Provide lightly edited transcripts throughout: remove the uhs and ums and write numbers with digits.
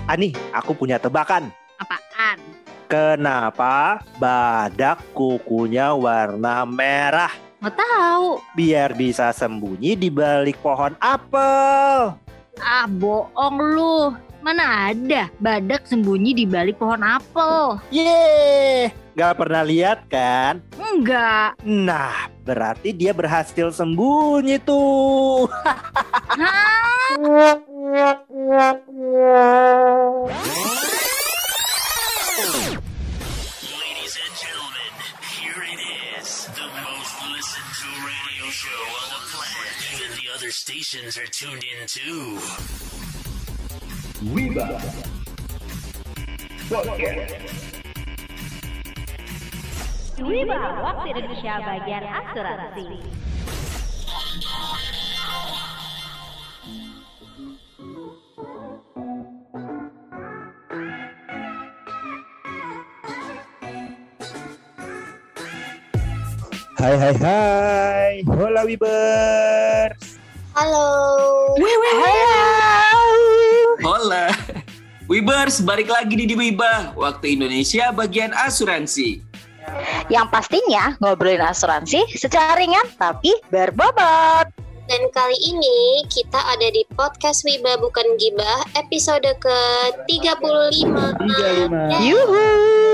Ani, aku punya tebakan. Apaan? Kenapa badak kukunya warna merah? Nggak tahu. Biar bisa sembunyi di balik pohon apel. Ah, bohong lu. Mana ada badak sembunyi di balik pohon apel? Yeay, gak pernah lihat kan? Enggak. Nah, berarti dia berhasil sembunyi tuh. Hah? Ladies and gentlemen, here it is, the most listened to radio show on the planet. Even the other stations are tuned in too. Wiba Podcast. Wiba, waktu Indonesia bagian asuransi. Hai. Hola Wibers. Halo. Hola, Wibers, balik lagi di Wiba, waktu Indonesia bagian asuransi. Yang pastinya ngobrolin asuransi secara ringan tapi berbobot. Dan kali ini kita ada di podcast Wiba Bukan Gibah episode ke-35. Yuhu.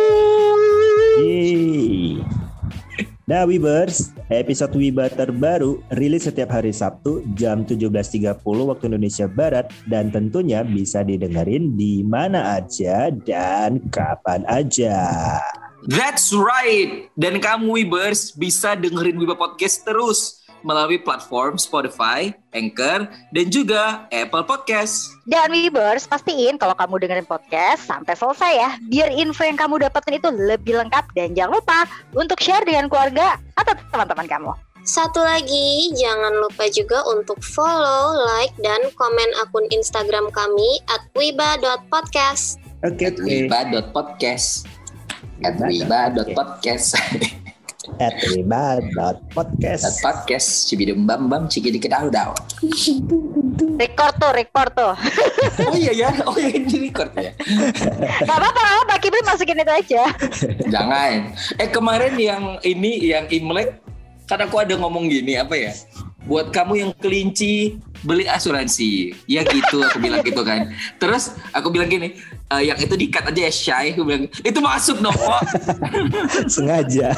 Yeay. Nah Wibers, episode Wiba terbaru rilis setiap hari Sabtu jam 17.30 waktu Indonesia Barat. Dan tentunya bisa didengerin di mana aja dan kapan aja. That's right, dan kamu Wibers bisa dengerin Wiba Podcast terus melalui platform Spotify, Anchor, dan juga Apple Podcast. Dan Wibers, pastiin kalau kamu dengerin podcast sampai selesai ya, biar info yang kamu dapetin itu lebih lengkap. Dan jangan lupa untuk share dengan keluarga atau teman-teman kamu. Satu lagi, jangan lupa juga untuk follow, like, dan komen akun Instagram kami @wiba.podcast. Oke. Wiba.podcast @wiba.podcast @wiba.podcast. Podcast cibidem bam bam ciki dikit daw. Record tuh. Oh iya ini record ya. Gak apa-apa, Kibri masukin itu aja. Jangan. Kemarin yang Imlek kan aku ada ngomong gini apa ya? Buat kamu yang kelinci beli asuransi. Ya gitu aku bilang gitu kan. Terus aku bilang gini, yang itu di-cut aja ya Syai. Aku bilang, itu masuk dong kok. Sengaja.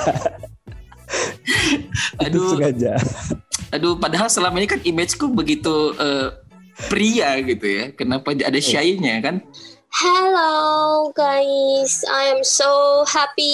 Aduh, padahal selama ini kan imageku begitu pria gitu ya. Kenapa ada Syai-nya kan? Hello guys, I am so happy.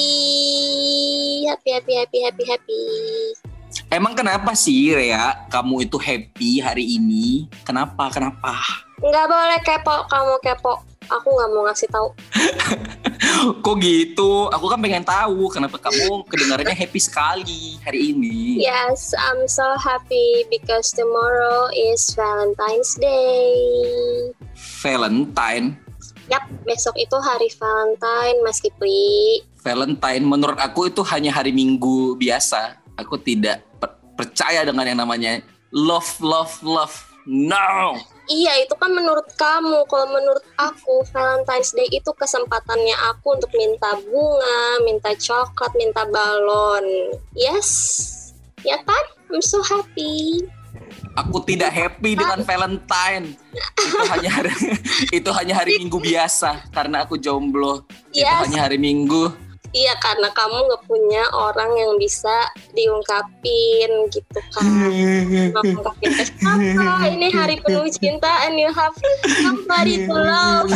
Emang kenapa sih Rea, kamu itu happy hari ini? Kenapa? Nggak boleh kepo, kamu kepo. Aku nggak mau ngasih tahu. Kok gitu? Aku kan pengen tahu kenapa kamu kedengarannya happy sekali hari ini. Yes, I'm so happy because tomorrow is Valentine's Day. Valentine? Yap, besok itu hari Valentine, Mas Kipri. Valentine menurut aku itu hanya hari Minggu biasa. Aku tidak percaya dengan yang namanya love. No. Iya, itu kan menurut kamu. Kalau menurut aku, Valentine's Day itu kesempatannya aku untuk minta bunga, minta coklat, minta balon. Yes, ya kan? I'm so happy. Aku tidak happy dengan Valentine. Itu hanya hari Minggu biasa karena aku jomblo. Itu Yes. hanya hari Minggu. Iya, karena kamu gak punya orang yang bisa diungkapin gitu kan. Ngungkapin ke siapa, ini hari penuh cinta and you have somebody to love.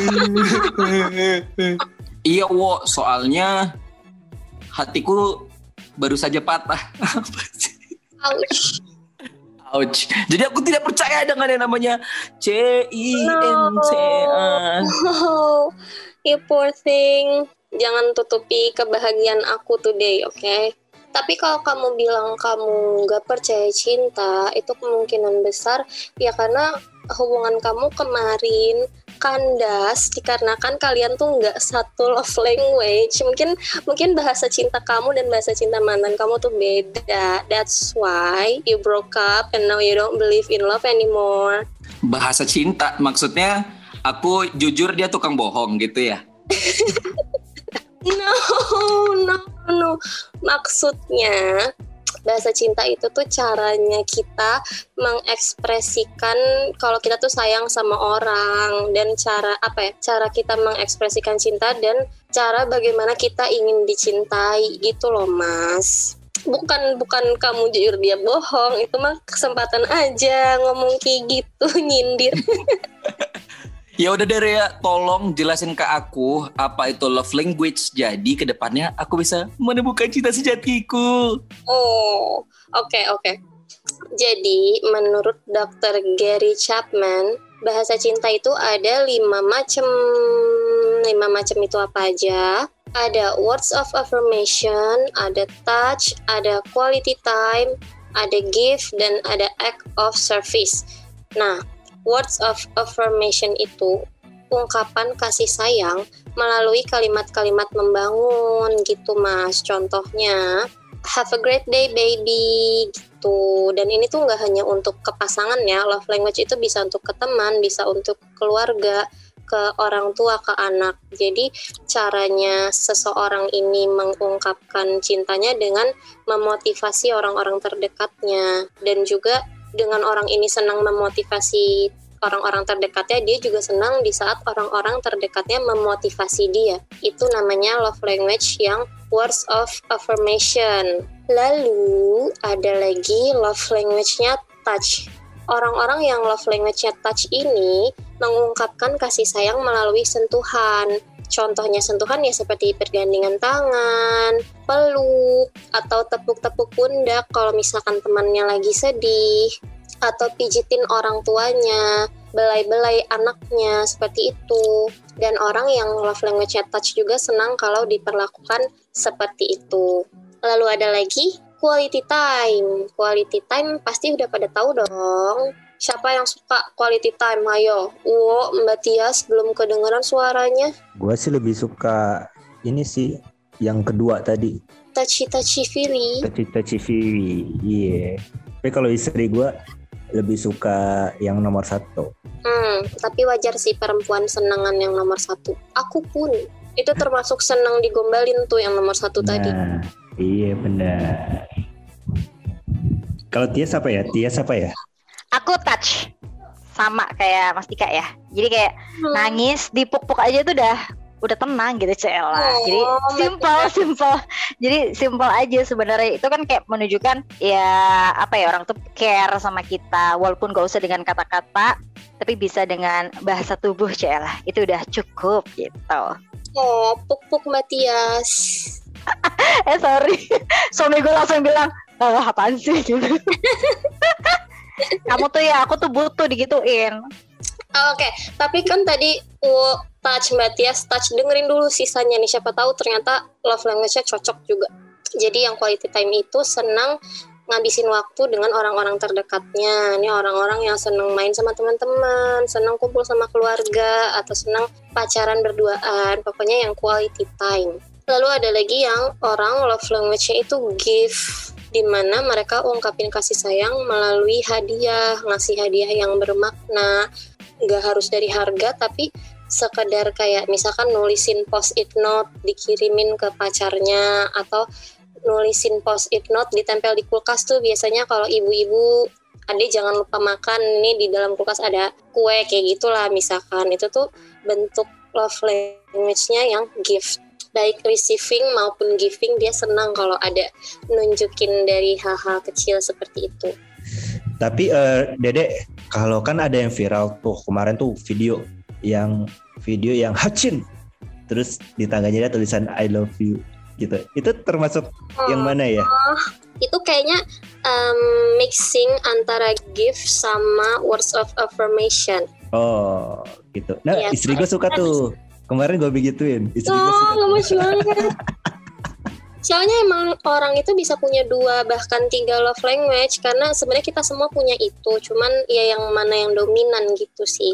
Iya, soalnya hatiku baru saja patah. Ouch. Jadi aku tidak percaya dengan yang namanya CINTA. Oh, you poor thing. Jangan tutupi kebahagiaan aku today, oke? Tapi kalau kamu bilang kamu gak percaya cinta, itu kemungkinan besar ya karena hubungan kamu kemarin kandas dikarenakan kalian tuh nggak satu love language. Mungkin bahasa cinta kamu dan bahasa cinta mantan kamu tuh beda. That's why you broke up and now you don't believe in love anymore. Bahasa cinta maksudnya Aku jujur dia tukang bohong gitu ya. No. Maksudnya bahasa cinta itu tuh caranya kita mengekspresikan kalau kita tuh sayang sama orang, dan cara kita mengekspresikan cinta dan cara bagaimana kita ingin dicintai gitu loh, Mas. Bukan kamu jujur dia bohong, itu mah kesempatan aja ngomong kayak gitu, nyindir. Ya udah deh Rea, tolong jelasin ke aku apa itu love language. Jadi ke depannya aku bisa menemukan cinta sejatiku. Oh, oke. Jadi menurut Dr. Gary Chapman, bahasa cinta itu ada 5 macam. 5 macam itu apa aja? Ada words of affirmation, ada touch, ada quality time, ada gift, dan ada act of service. Nah, words of affirmation itu ungkapan kasih sayang melalui kalimat-kalimat membangun gitu, Mas. Contohnya, have a great day baby gitu. Dan ini tuh nggak hanya untuk ke pasangan ya. Love language itu bisa untuk ke teman, bisa untuk keluarga, ke orang tua, ke anak. Jadi caranya seseorang ini mengungkapkan cintanya dengan memotivasi orang-orang terdekatnya, dan juga dengan orang ini senang memotivasi orang-orang terdekatnya, dia juga senang di saat orang-orang terdekatnya memotivasi dia. Itu namanya love language yang words of affirmation. Lalu ada lagi love language-nya touch. Orang-orang yang love language-nya touch ini mengungkapkan kasih sayang melalui sentuhan. Contohnya sentuhan ya seperti pergandengan tangan, peluk, atau tepuk-tepuk pundak kalau misalkan temannya lagi sedih, atau pijitin orang tuanya, belai-belai anaknya, seperti itu. Dan orang yang love language-nya touch juga senang kalau diperlakukan seperti itu. Lalu ada lagi quality time. Quality time pasti udah pada tahu dong. Siapa yang suka quality time? Ayo. Mbak Tias belum kedengeran suaranya. Gue sih lebih suka ini sih, yang kedua tadi. Touchy feely. Touchy feely, iya. Tapi kalau istri gue lebih suka yang nomor 1. Tapi wajar sih perempuan senangan yang nomor 1. Aku pun. Itu termasuk senang digombalin tuh yang nomor 1 tadi. Iya benar. Kalau Tias apa ya? Aku touch. Sama kayak Mas Dika ya. Jadi kayak nangis, dipuk-puk aja tuh udah tenang gitu, Cela. Jadi simple. Jadi simple aja sebenarnya. Itu kan kayak menunjukkan ya orang tuh care sama kita, walaupun gak usah dengan kata-kata, tapi bisa dengan bahasa tubuh, Cela. Itu udah cukup gitu. Oh, puk-puk Matias. Sorry. Suami gue langsung bilang, apaan sih gitu. Kamu tuh ya, aku tuh butuh digituin. Oke. Tapi kan tadi touch Mbak Tias, touch dengerin dulu sisanya nih, siapa tahu ternyata love language-nya cocok juga. Jadi yang quality time itu senang ngabisin waktu dengan orang-orang terdekatnya. Ini orang-orang yang senang main sama teman-teman, senang kumpul sama keluarga, atau senang pacaran berduaan. Pokoknya yang quality time. Lalu ada lagi yang orang love language-nya itu gift, di mana mereka ungkapin kasih sayang melalui hadiah, ngasih hadiah yang bermakna. Nggak harus dari harga, tapi sekedar kayak misalkan nulisin post-it note dikirimin ke pacarnya, atau nulisin post-it note ditempel di kulkas tuh biasanya kalau ibu-ibu, adek jangan lupa makan, nih di dalam kulkas ada kue, kayak gitulah misalkan. Itu tuh bentuk love language-nya yang gift. Baik receiving maupun giving, dia senang kalau ada nunjukin dari hal-hal kecil seperti itu. Tapi Dede, kalau kan ada yang viral tuh kemarin tuh video yang hacin, terus di tangannya ada tulisan I love you gitu. Itu termasuk yang mana ya? Itu kayaknya mixing antara gift sama words of affirmation. Oh gitu. Nah ya, istri gue suka tuh. Kemarin gue begituin. Istri gue suka. Gemes banget. Soalnya emang orang itu bisa punya 2 bahkan 3 love language, karena sebenarnya kita semua punya itu, cuman ya yang mana yang dominan gitu sih.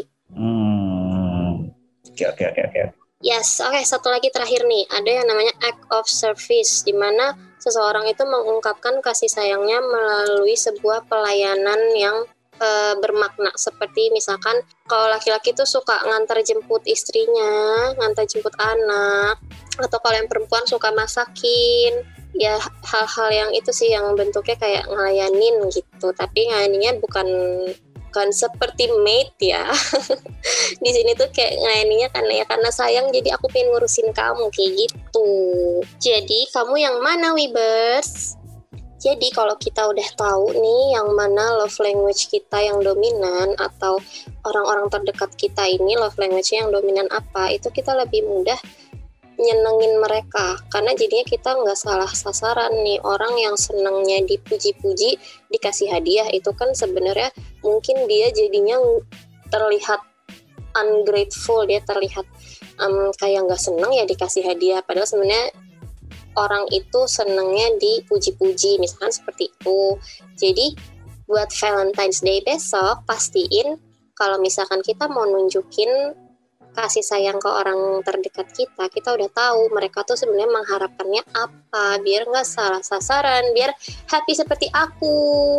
Oke. Yes, oke. Satu lagi terakhir nih, ada yang namanya act of service, di mana seseorang itu mengungkapkan kasih sayangnya melalui sebuah pelayanan yang bermakna. Seperti misalkan kalau laki-laki tuh suka ngantar jemput istrinya, ngantar jemput anak, atau kalau yang perempuan suka masakin. Ya hal-hal yang itu sih yang bentuknya kayak ngelayanin gitu, tapi ngelayaninnya bukan seperti maid ya. Di sini tuh kayak ngelayaninnya karena sayang, jadi aku pengen ngurusin kamu kayak gitu. Jadi kamu yang mana, Wibers? Jadi kalau kita udah tahu nih yang mana love language kita yang dominan, atau orang-orang terdekat kita ini love language yang dominan apa, itu kita lebih mudah nyenengin mereka, karena jadinya kita nggak salah sasaran nih. Orang yang senangnya dipuji-puji, dikasih hadiah, itu kan sebenarnya mungkin dia jadinya terlihat ungrateful, dia terlihat kayak nggak seneng ya dikasih hadiah, padahal sebenarnya orang itu senangnya dipuji-puji, misalkan seperti itu. Jadi buat Valentine's Day besok, pastiin kalau misalkan kita mau nunjukin kasih sayang ke orang terdekat kita, kita udah tahu mereka tuh sebenarnya mengharapkannya apa, biar nggak salah sasaran, biar happy seperti aku.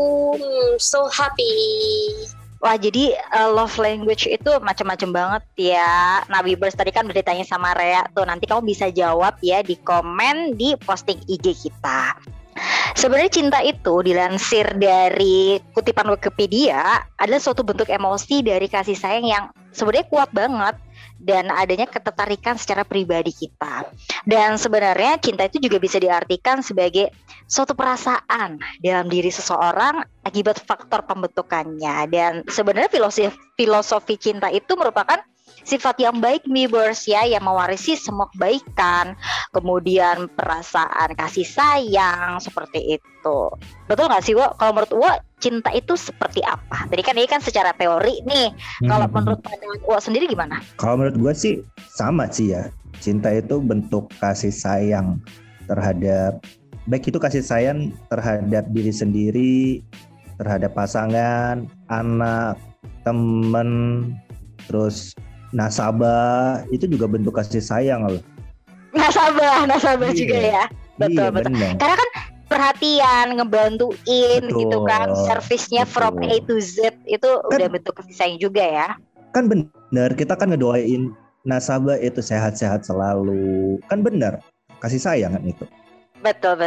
So happy. Wah, jadi love language itu macam-macam banget ya. Nah, Wibers tadi kan udah ditanya sama Rea tuh, nanti kamu bisa jawab ya di komen di posting IG kita. Sebenarnya cinta itu dilansir dari kutipan Wikipedia adalah suatu bentuk emosi dari kasih sayang yang sebenarnya kuat banget dan adanya ketertarikan secara pribadi kita. Dan sebenarnya cinta itu juga bisa diartikan sebagai suatu perasaan dalam diri seseorang akibat faktor pembentukannya. Dan sebenarnya filosofi cinta itu merupakan sifat yang baik, Wibers ya, yang mewarisi semua kebaikan, kemudian perasaan kasih sayang seperti itu. Betul nggak sih, Wo? Kalau menurut Wo, cinta itu seperti apa? Tadi kan ini kan secara teori nih. Kalau menurut pandangan Wo sendiri gimana? Kalau menurut gue sih sama sih ya. Cinta itu bentuk kasih sayang terhadap, baik itu kasih sayang terhadap diri sendiri, terhadap pasangan, anak, teman, terus nasabah, itu juga bentuk kasih sayang loh. Nasabah Iya. Juga ya. Betul. Benar. Karena kan perhatian, ngebantuin Betul. gitu kan, servisnya from A to Z itu Kan, udah bentuk kasih sayang juga ya. Kan benar, kita kan ngedoain nasabah itu sehat-sehat selalu. Kan benar, kasih sayang kan itu. Betul.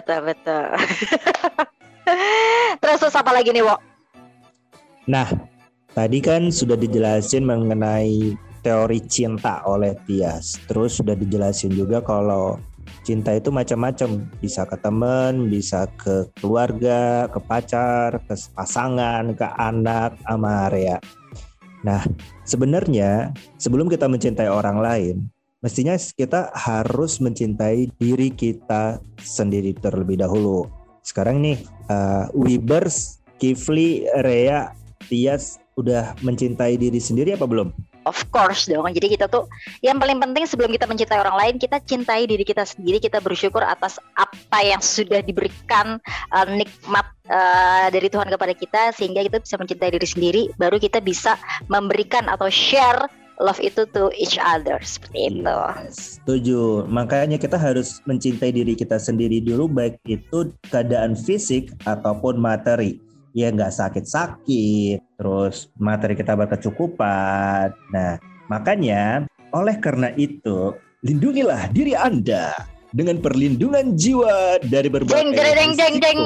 Terus apa lagi nih, Wo? Nah, tadi kan sudah dijelasin mengenai teori cinta oleh Tias. Terus sudah dijelasin juga kalau cinta itu macam-macam. Bisa ke teman, bisa ke keluarga, ke pacar, ke pasangan, ke anak, sama Rea. Nah, sebenarnya sebelum kita mencintai orang lain, mestinya kita harus mencintai diri kita sendiri terlebih dahulu. Sekarang nih, Wibers, Kifli, Rea, Tias udah mencintai diri sendiri apa belum? Of course dong. Jadi kita tuh yang paling penting sebelum kita mencintai orang lain, kita cintai diri kita sendiri. Kita bersyukur atas apa yang sudah diberikan nikmat dari Tuhan kepada kita, sehingga kita bisa mencintai diri sendiri. Baru kita bisa memberikan atau share love itu to each other. Seperti itu. Setuju. Makanya kita harus mencintai diri kita sendiri dulu, baik itu keadaan fisik ataupun materi. Ya nggak sakit-sakit, terus materi kita berkecukupan. Nah, makanya oleh karena itu, lindungilah diri Anda dengan perlindungan jiwa dari berbagai risiko.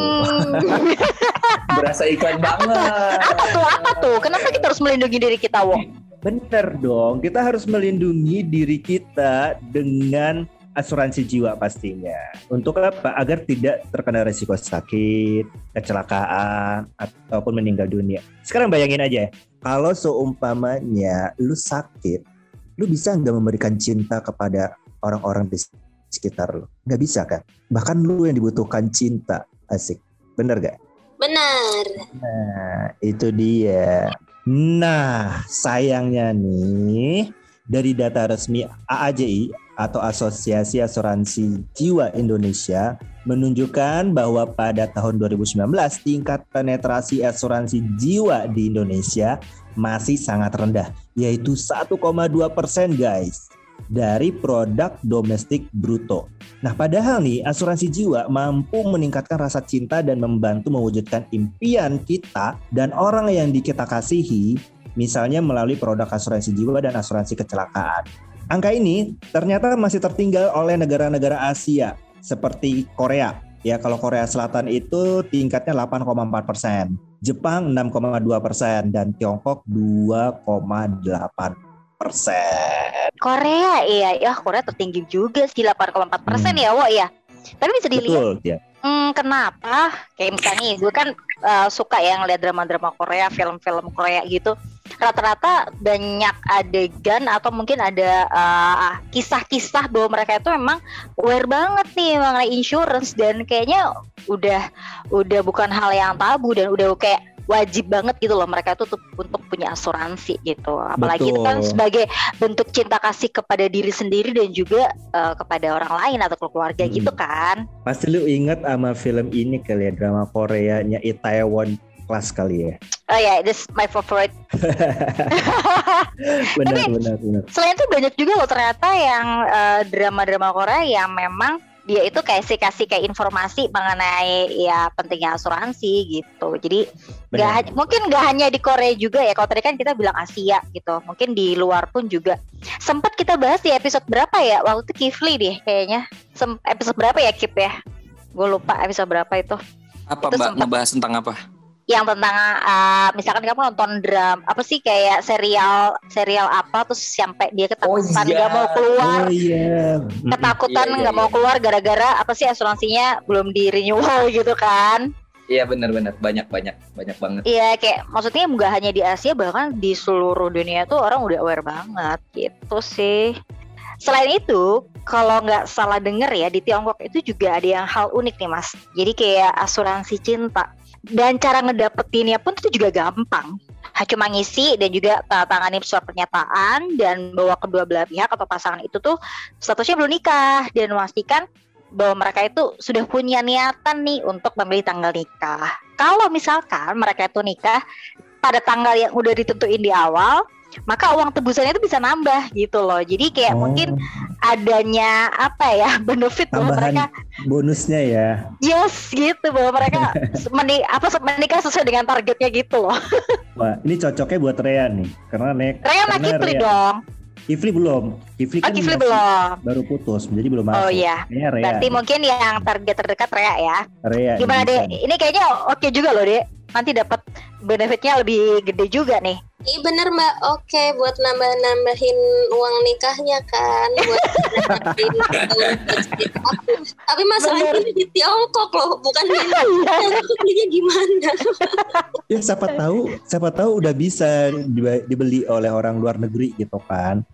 Berasa iklan banget. Apa tuh? Kenapa kita harus melindungi diri kita, Wo? Bener dong, kita harus melindungi diri kita dengan asuransi jiwa pastinya. Untuk apa? Agar tidak terkena risiko sakit, kecelakaan, ataupun meninggal dunia. Sekarang bayangin aja ya, kalau seumpamanya lu sakit, lu bisa nggak memberikan cinta kepada orang-orang di sekitar lu? Nggak bisa kan? Bahkan lu yang dibutuhkan cinta. Asik. Bener gak? Benar. Nah, itu dia. Nah, sayangnya nih, dari data resmi AAJI atau Asosiasi Asuransi Jiwa Indonesia menunjukkan bahwa pada tahun 2019 tingkat penetrasi asuransi jiwa di Indonesia masih sangat rendah, yaitu 1,2% guys. dari produk domestik bruto. Nah, padahal nih asuransi jiwa mampu meningkatkan rasa cinta dan membantu mewujudkan impian kita dan orang yang kita kasihi, misalnya melalui produk asuransi jiwa dan asuransi kecelakaan. Angka ini ternyata masih tertinggal oleh negara-negara Asia seperti Korea. Ya, kalau Korea Selatan itu tingkatnya 8,4%, Jepang 6,2%, dan Tiongkok 2,8%. Korea ya Korea tertinggi juga sih 8,4% ya Wo ya. Tapi bisa dilihat. Betul, ya. Kenapa? Kayak misalnya gue kan suka ya ngeliat drama-drama Korea, film-film Korea gitu. Rata-rata banyak adegan atau mungkin ada kisah-kisah bahwa mereka itu memang aware banget nih mengenai insurance, dan kayaknya udah bukan hal yang tabu dan udah kayak wajib banget gitu loh mereka itu untuk punya asuransi gitu. Apalagi itu kan sebagai bentuk cinta kasih kepada diri sendiri dan juga kepada orang lain atau keluarga gitu kan. Pasti lu inget sama film ini kali ya, drama Koreanya Itaewon Class kali ya. Oh ya, this my favorite. benar. Selain itu banyak juga loh ternyata yang drama-drama Korea yang memang dia itu kasih kayak informasi mengenai ya pentingnya asuransi gitu. Jadi mungkin nggak hanya di Korea juga ya. Kalau tadi kan kita bilang Asia gitu, mungkin di luar pun juga. Sempat kita bahas di episode berapa ya? Waktu itu Kifli deh kayaknya. Episode berapa ya Kip ya? Gue lupa episode berapa itu. Apa itu Mbak ngebahas tentang apa? Yang tentang misalkan kamu nonton drama apa sih kayak serial apa terus sampai dia ketakutan nggak mau keluar, ketakutan nggak mau keluar gara-gara apa sih asuransinya belum di renewal gitu kan? Iya benar banyak banget. Iya kayak maksudnya nggak hanya di Asia bahkan di seluruh dunia tuh orang udah aware banget gitu sih. Selain itu, kalau nggak salah denger ya di Tiongkok itu juga ada yang hal unik nih Mas. Jadi kayak asuransi cinta. Dan cara ngedapetinnya pun itu juga gampang. Cuma ngisi dan juga tangani surat pernyataan dan bawa kedua belah pihak atau pasangan itu tuh statusnya belum nikah dan memastikan bahwa mereka itu sudah punya niatan nih untuk memilih tanggal nikah. Kalau misalkan mereka itu nikah pada tanggal yang udah ditentuin di awal, maka uang tebusannya itu bisa nambah gitu loh. Jadi kayak mungkin adanya apa ya benefit bahwa mereka bonusnya ya. Yes gitu bahwa mereka menikah sesuai dengan targetnya gitu loh. Wah ini cocoknya buat Rea nih karena Rea sama Kifli dong. Kifli belum. Kifli kan Kifli belum. Baru putus jadi belum masuk. Oh iya. Berarti mungkin yang target terdekat Rea ya. Rea. Gimana Dek? Ini kayaknya oke juga loh Dek. Nanti dapat benefitnya lebih gede juga nih. Iya bener Mbak, oke buat nambahin uang nikahnya kan, buat nambahin aku. Tapi masalahnya ini di Tiongkok loh, bukan di Indonesia. Belinya gimana? Ya siapa tahu udah bisa dibeli oleh orang luar negeri gitu kan.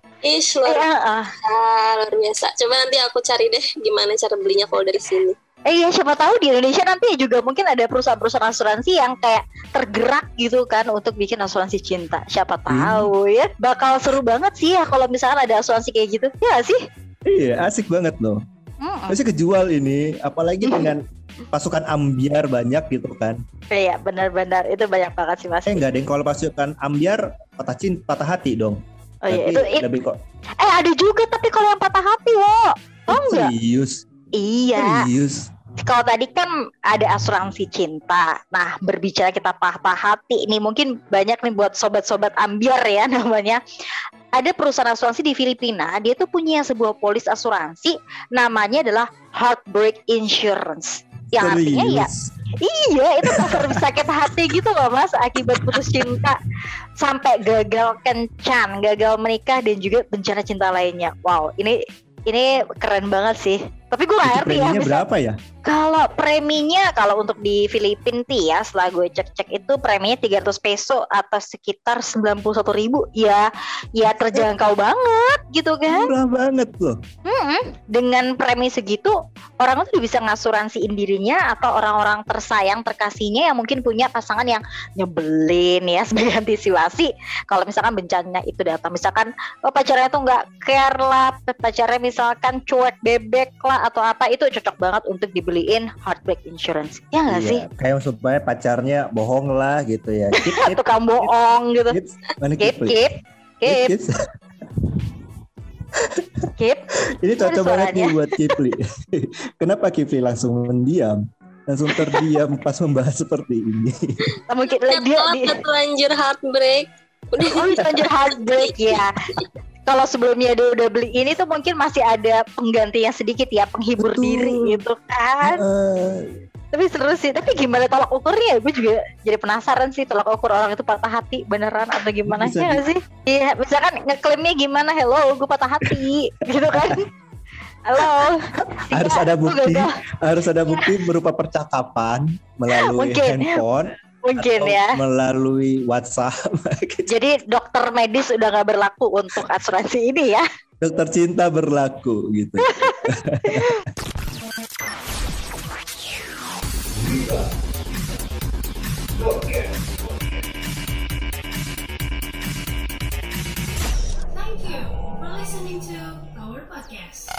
Luar biasa. Coba nanti aku cari deh gimana cara belinya kalau dari sini. Iya siapa tahu di Indonesia nanti juga mungkin ada perusahaan-perusahaan asuransi yang kayak tergerak gitu kan untuk bikin asuransi cinta. Siapa tahu ya bakal seru banget sih ya kalau misalkan ada asuransi kayak gitu. Ya sih? Iya asik banget loh. Masih kejual ini apalagi dengan pasukan ambiar banyak gitu kan. Iya benar-benar itu banyak banget sih Mas. Enggak deh kalau pasukan ambiar patah hati dong. Oh iya itu lebih kok. Ada juga tapi kalau yang patah hati loh. Oh enggak? Serius? Iya. Serius? Kalau tadi kan ada asuransi cinta. Nah, berbicara kita patah hati ini mungkin banyak nih buat sobat-sobat ambiar ya namanya. Ada perusahaan asuransi di Filipina, dia tuh punya sebuah polis asuransi namanya adalah Heartbreak Insurance. Yang artinya ya iya itu cover sakit hati gitu loh Mas akibat putus cinta sampai gagal kencan, gagal menikah dan juga bencana cinta lainnya. Wow, ini keren banget sih. Tapi gue gak ngerti ya. Preminya berapa ya? Kalau preminya kalau untuk di Filipina ya setelah gue cek itu preminya 300 peso atau sekitar 91.000 ya terjangkau banget gitu kan. Murah banget loh. Dengan premi segitu orang itu bisa ngasuransiin dirinya atau orang-orang tersayang terkasihnya yang mungkin punya pasangan yang nyebelin ya sebagai antisipasi kalau misalkan bencana itu datang. Misalkan pacarnya tuh gak care lah, pacarnya misalkan cuek bebek lah atau apa, itu cocok banget untuk dibeliin Heartbreak Insurance. Ya nggak sih? Kayak supaya pacarnya bohong lah gitu ya. Tukang bohong gitu. Keep. Ini cocok Ada banget nih suaranya. buat Kifli. Kenapa Kifli langsung mendiam? Langsung terdiam pas membahas seperti ini. Mungkin Udah dia terlanjur heartbreak. Udah lanjut heartbreak ya. Kalau sebelumnya dia udah beli ini tuh mungkin masih ada pengganti yang sedikit ya, penghibur Betul. diri gitu kan. Tapi seru sih. Tapi gimana tolak ukurnya? Gue juga jadi penasaran sih, tolak ukur orang itu patah hati beneran atau gimana Bisa ya nggak sih? Iya, misalkan ngeklaimnya gimana? Hello, gue patah hati, gitu kan? Halo. Harus Iya, ada gue bukti, gagal. harus ada bukti berupa percakapan melalui Mungkin. handphone Mungkin atau ya. melalui WhatsApp. Jadi dokter medis udah nggak berlaku untuk asuransi ini ya. Dokter cinta berlaku gitu. Thank you for listening to our podcast.